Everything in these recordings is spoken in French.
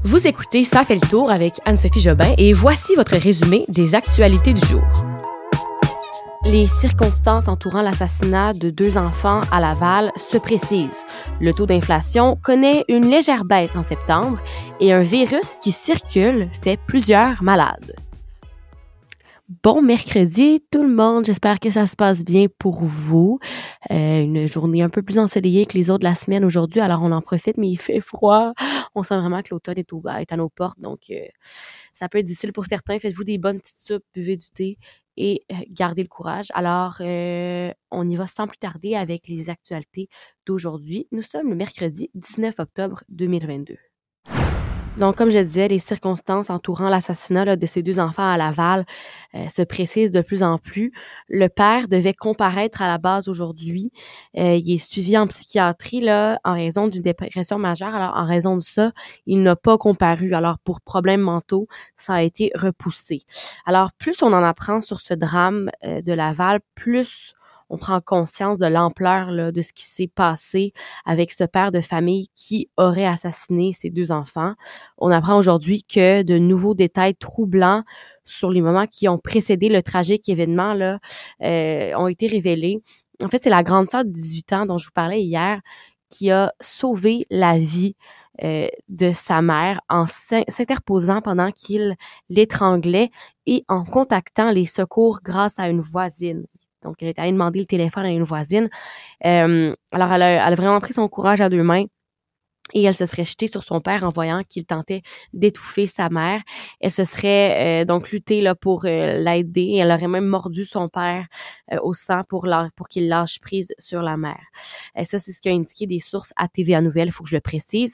Vous écoutez Ça fait le tour avec Anne-Sophie Jobin et voici votre résumé des actualités du jour. Les circonstances entourant l'assassinat de 2 enfants à Laval se précisent. Le taux d'inflation connaît une légère baisse en septembre et un virus qui circule fait plusieurs malades. Bon mercredi tout le monde, j'espère que ça se passe bien pour vous. Une journée un peu plus ensoleillée que les autres de la semaine aujourd'hui, alors on en profite, mais il fait froid. On sent vraiment que l'automne est à nos portes, donc ça peut être difficile pour certains. Faites-vous des bonnes petites soupes, buvez du thé et gardez le courage. Alors, on y va sans plus tarder avec les actualités d'aujourd'hui. Nous sommes le mercredi 19 octobre 2022. Donc, comme je disais, les circonstances entourant l'assassinat de ces 2 enfants à Laval se précisent de plus en plus. Le père devait comparaître à la base aujourd'hui. Il est suivi en psychiatrie en raison d'une dépression majeure. Alors, en raison de ça, il n'a pas comparu. Alors, pour problèmes mentaux, ça a été repoussé. Alors, plus on en apprend sur ce drame de Laval, plus on prend conscience de l'ampleur de ce qui s'est passé avec ce père de famille qui aurait assassiné ses 2 enfants. On apprend aujourd'hui que de nouveaux détails troublants sur les moments qui ont précédé le tragique événement ont été révélés. En fait, c'est la grande sœur de 18 ans dont je vous parlais hier qui a sauvé la vie de sa mère en s'interposant pendant qu'il l'étranglait et en contactant les secours grâce à une voisine. Donc, elle est allée demander le téléphone à une voisine. Alors, elle a vraiment pris son courage à 2 mains. Et elle se serait jetée sur son père en voyant qu'il tentait d'étouffer sa mère. Elle se serait donc luttée pour l'aider. Et elle aurait même mordu son père au sang pour qu'il lâche prise sur la mère. Ça, c'est ce qu'a indiqué des sources à TVA Nouvelles, il faut que je le précise.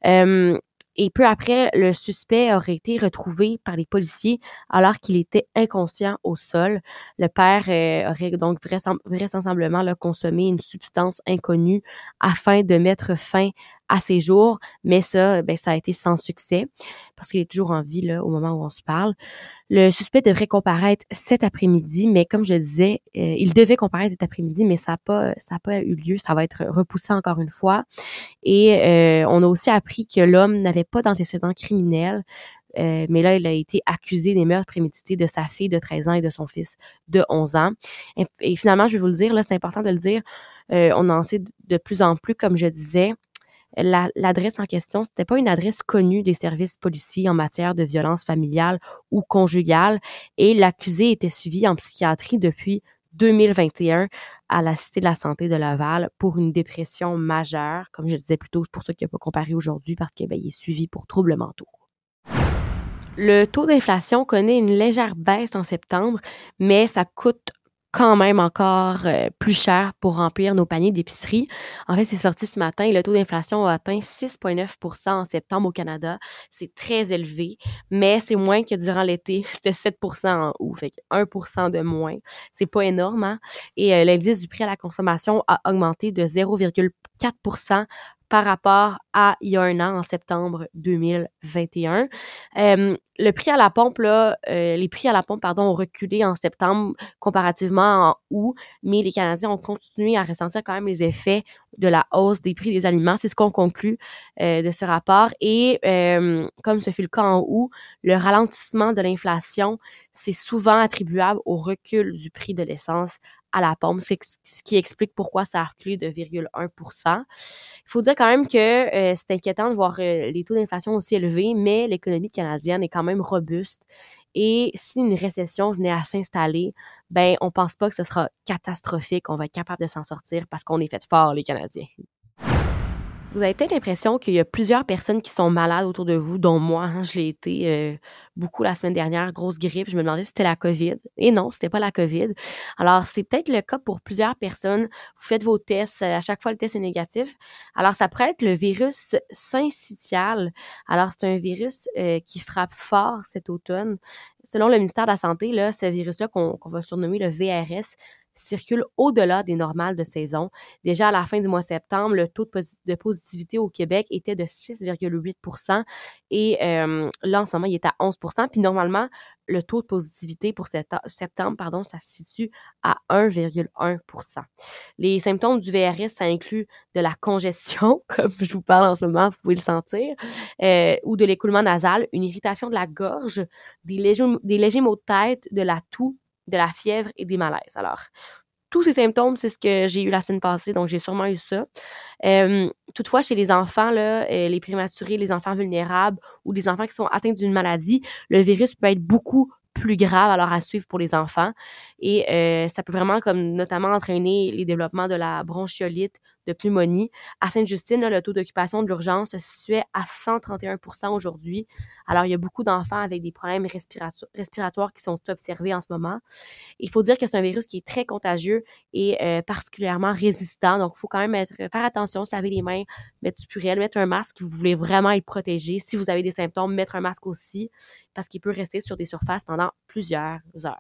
Et peu après, le suspect aurait été retrouvé par les policiers alors qu'il était inconscient au sol. Le père aurait donc vraisemblablement consommé une substance inconnue afin de mettre fin à ses jours, mais ça a été sans succès parce qu'il est toujours en vie au moment où on se parle. Le suspect devrait comparaître cet après-midi, mais comme je disais, il devait comparaître cet après-midi, mais ça a pas eu lieu. Ça va être repoussé encore une fois. Et on a aussi appris que l'homme n'avait pas d'antécédents criminels, mais là, il a été accusé des meurtres prémédités de sa fille de 13 ans et de son fils de 11 ans. Et finalement, je vais vous le dire, c'est important de le dire, on en sait de plus en plus, comme je disais. L'adresse en question, c'était pas une adresse connue des services policiers en matière de violence familiale ou conjugale et l'accusé était suivi en psychiatrie depuis 2021 à la Cité de la Santé de Laval pour une dépression majeure. Comme je disais plus tôt, c'est pour ça qu'il n'a pas comparé aujourd'hui parce qu'il est suivi pour troubles mentaux. Le taux d'inflation connaît une légère baisse en septembre, mais ça coûte quand même encore plus cher pour remplir nos paniers d'épicerie. En fait, c'est sorti ce matin et le taux d'inflation a atteint 6,9% en septembre au Canada. C'est très élevé, mais c'est moins que durant l'été. C'était 7% en août, fait que 1% de moins. C'est pas énorme, hein? Et l'indice du prix à la consommation a augmenté de 0,4% par rapport à il y a un an, en septembre 2021. Le prix à la pompe, les prix à la pompe, ont reculé en septembre comparativement en août, mais les Canadiens ont continué à ressentir quand même les effets de la hausse des prix des aliments. C'est ce qu'on conclut de ce rapport. Et comme ce fut le cas en août, le ralentissement de l'inflation, c'est souvent attribuable au recul du prix de l'essence à la pompe, ce qui explique pourquoi ça a reculé de 0,1%. Il faut dire quand même que c'est inquiétant de voir les taux d'inflation aussi élevés, mais l'économie canadienne est quand même robuste. Et si une récession venait à s'installer, on pense pas que ce sera catastrophique, on va être capable de s'en sortir parce qu'on est fait fort, les Canadiens. Vous avez peut-être l'impression qu'il y a plusieurs personnes qui sont malades autour de vous, dont moi, je l'ai été beaucoup la semaine dernière, grosse grippe. Je me demandais si c'était la COVID. Et non, c'était pas la COVID. Alors, c'est peut-être le cas pour plusieurs personnes. Vous faites vos tests. À chaque fois, le test est négatif. Alors, ça pourrait être le virus syncytial. Alors, c'est un virus qui frappe fort cet automne. Selon le ministère de la Santé, ce virus-là qu'on va surnommer le VRS, circule au-delà des normales de saison. Déjà, à la fin du mois de septembre, le taux de positivité au Québec était de 6,8 % et là, en ce moment, il est à 11 %. Puis normalement, le taux de positivité pour septembre, ça se situe à 1,1 %. Les symptômes du VRS, ça inclut de la congestion, comme je vous parle en ce moment, vous pouvez le sentir, ou de l'écoulement nasal, une irritation de la gorge, des légers maux de tête, de la toux, de la fièvre et des malaises. Alors, tous ces symptômes, c'est ce que j'ai eu la semaine passée, donc j'ai sûrement eu ça. Toutefois, chez les enfants, là, les prématurés, les enfants vulnérables ou des enfants qui sont atteints d'une maladie, le virus peut être beaucoup plus grave alors à suivre pour les enfants et ça peut vraiment comme notamment entraîner les développements de la bronchiolite, de pneumonie. À Sainte-Justine, là, le taux d'occupation de l'urgence se situait à 131 % aujourd'hui. Alors, il y a beaucoup d'enfants avec des problèmes respiratoires qui sont observés en ce moment. Il faut dire que c'est un virus qui est très contagieux et particulièrement résistant. Donc, il faut quand même faire attention, se laver les mains, mettre du Purell, mettre un masque si vous voulez vraiment être protégé. Si vous avez des symptômes, mettre un masque aussi parce qu'il peut rester sur des surfaces pendant plusieurs heures.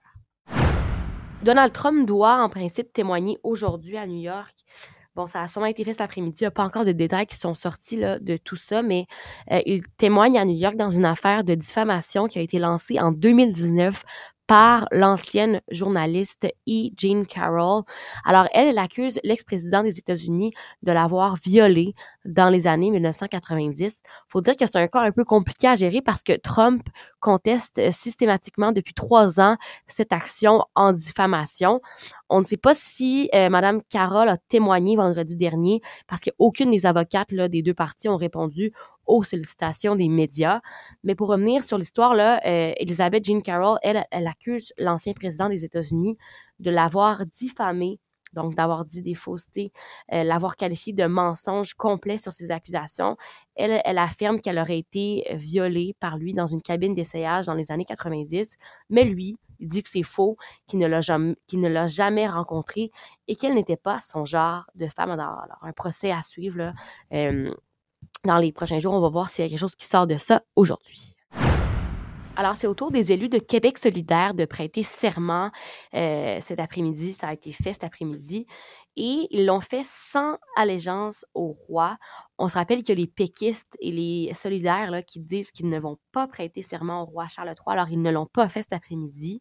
Donald Trump doit en principe témoigner aujourd'hui à New York. Bon, ça a sûrement été fait cet après-midi. Il n'y a pas encore de détails qui sont sortis là, de tout ça, mais il témoigne à New York dans une affaire de diffamation qui a été lancée en 2019 par l'ancienne journaliste E. Jean Carroll. Alors, elle accuse l'ex-président des États-Unis de l'avoir violée dans les années 1990. Faut dire que c'est un cas un peu compliqué à gérer parce que Trump conteste systématiquement depuis 3 ans cette action en diffamation. On ne sait pas si Mme Carroll a témoigné vendredi dernier parce qu'aucune des avocates là, des deux parties ont répondu aux sollicitations des médias. Mais pour revenir sur l'histoire, là, Elizabeth Jean Carroll, elle accuse l'ancien président des États-Unis de l'avoir diffamé, donc d'avoir dit des faussetés, l'avoir qualifié de mensonge complet sur ses accusations. Elle affirme qu'elle aurait été violée par lui dans une cabine d'essayage dans les années 90, mais lui, il dit que c'est faux, qu'il ne l'a jamais rencontrée et qu'elle n'était pas son genre de femme. Alors, un procès à suivre, là, dans les prochains jours, on va voir s'il y a quelque chose qui sort de ça aujourd'hui. Alors, c'est au tour des élus de Québec solidaire de prêter serment cet après-midi. Ça a été fait cet après-midi. Et ils l'ont fait sans allégeance au roi. On se rappelle qu'il y a les péquistes et les solidaires là, qui disent qu'ils ne vont pas prêter serment au roi Charles III. Alors, ils ne l'ont pas fait cet après-midi.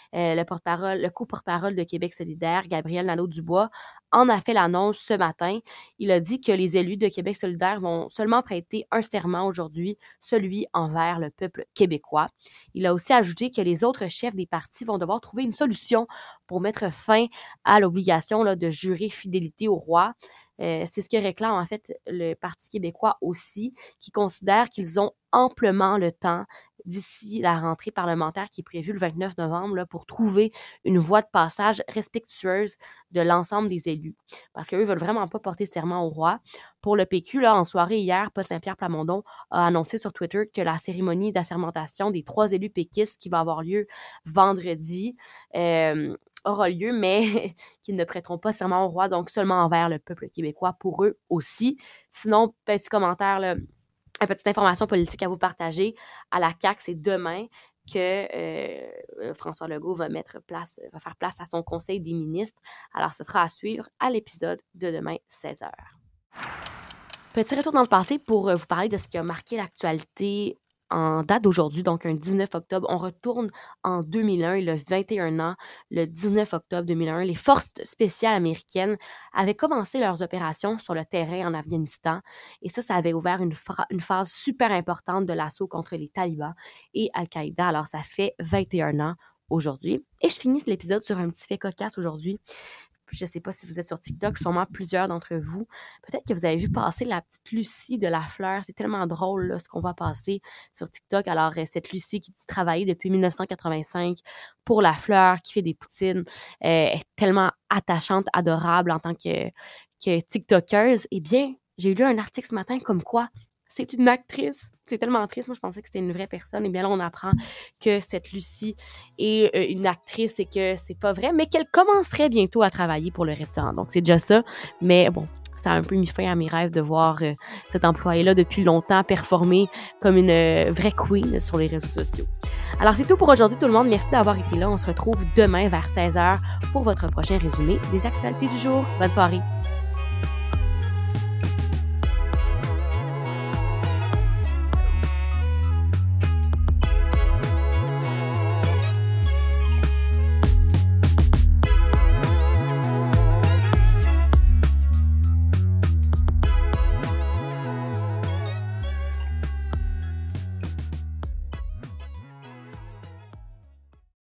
Le co-porte-parole de Québec solidaire, Gabriel Nadeau-Dubois, en a fait l'annonce ce matin. Il a dit que les élus de Québec solidaire vont seulement prêter un serment aujourd'hui, celui envers le peuple québécois. Il a aussi ajouté que les autres chefs des partis vont devoir trouver une solution pour mettre fin à l'obligation là, de jurer fidélité au roi. C'est ce que réclame en fait le Parti québécois aussi, qui considère qu'ils ont amplement le temps d'ici la rentrée parlementaire qui est prévue le 29 novembre là, pour trouver une voie de passage respectueuse de l'ensemble des élus. Parce qu'eux ne veulent vraiment pas porter serment au roi. Pour le PQ, là, en soirée hier, Paul Saint-Pierre Plamondon a annoncé sur Twitter que la cérémonie d'assermentation des 3 élus péquistes qui va avoir lieu vendredi aura lieu, mais qu'ils ne prêteront pas serment au roi, donc seulement envers le peuple québécois pour eux aussi. Sinon, petit commentaire, là, une petite information politique à vous partager. À la CAQ, c'est demain que François Legault va faire place à son conseil des ministres. Alors, ce sera à suivre à l'épisode de demain, 16h. Petit retour dans le passé pour vous parler de ce qui a marqué l'actualité en date d'aujourd'hui, donc un 19 octobre. On retourne en 2001, il a 21 ans, le 19 octobre 2001. Les forces spéciales américaines avaient commencé leurs opérations sur le terrain en Afghanistan et ça avait ouvert une phase super importante de l'assaut contre les talibans et Al-Qaïda. Alors, ça fait 21 ans aujourd'hui. Et je finis l'épisode sur un petit fait cocasse aujourd'hui. Je ne sais pas si vous êtes sur TikTok, sûrement plusieurs d'entre vous. Peut-être que vous avez vu passer la petite Lucie de Lafleur. C'est tellement drôle là, ce qu'on va passer sur TikTok. Alors, cette Lucie qui travaillait depuis 1985 pour Lafleur, qui fait des poutines, est tellement attachante, adorable en tant que TikTokeuse. Eh bien, j'ai lu un article ce matin comme quoi c'est une actrice. C'est tellement triste. Moi, je pensais que c'était une vraie personne. Et bien là, on apprend que cette Lucie est une actrice et que c'est pas vrai, mais qu'elle commencerait bientôt à travailler pour le restaurant. Donc, c'est déjà ça. Mais bon, Ça a un peu mis fin à mes rêves de voir cette employée-là depuis longtemps performer comme une vraie queen sur les réseaux sociaux. Alors, c'est tout pour aujourd'hui, tout le monde. Merci d'avoir été là. On se retrouve demain vers 16h pour votre prochain résumé des actualités du jour. Bonne soirée!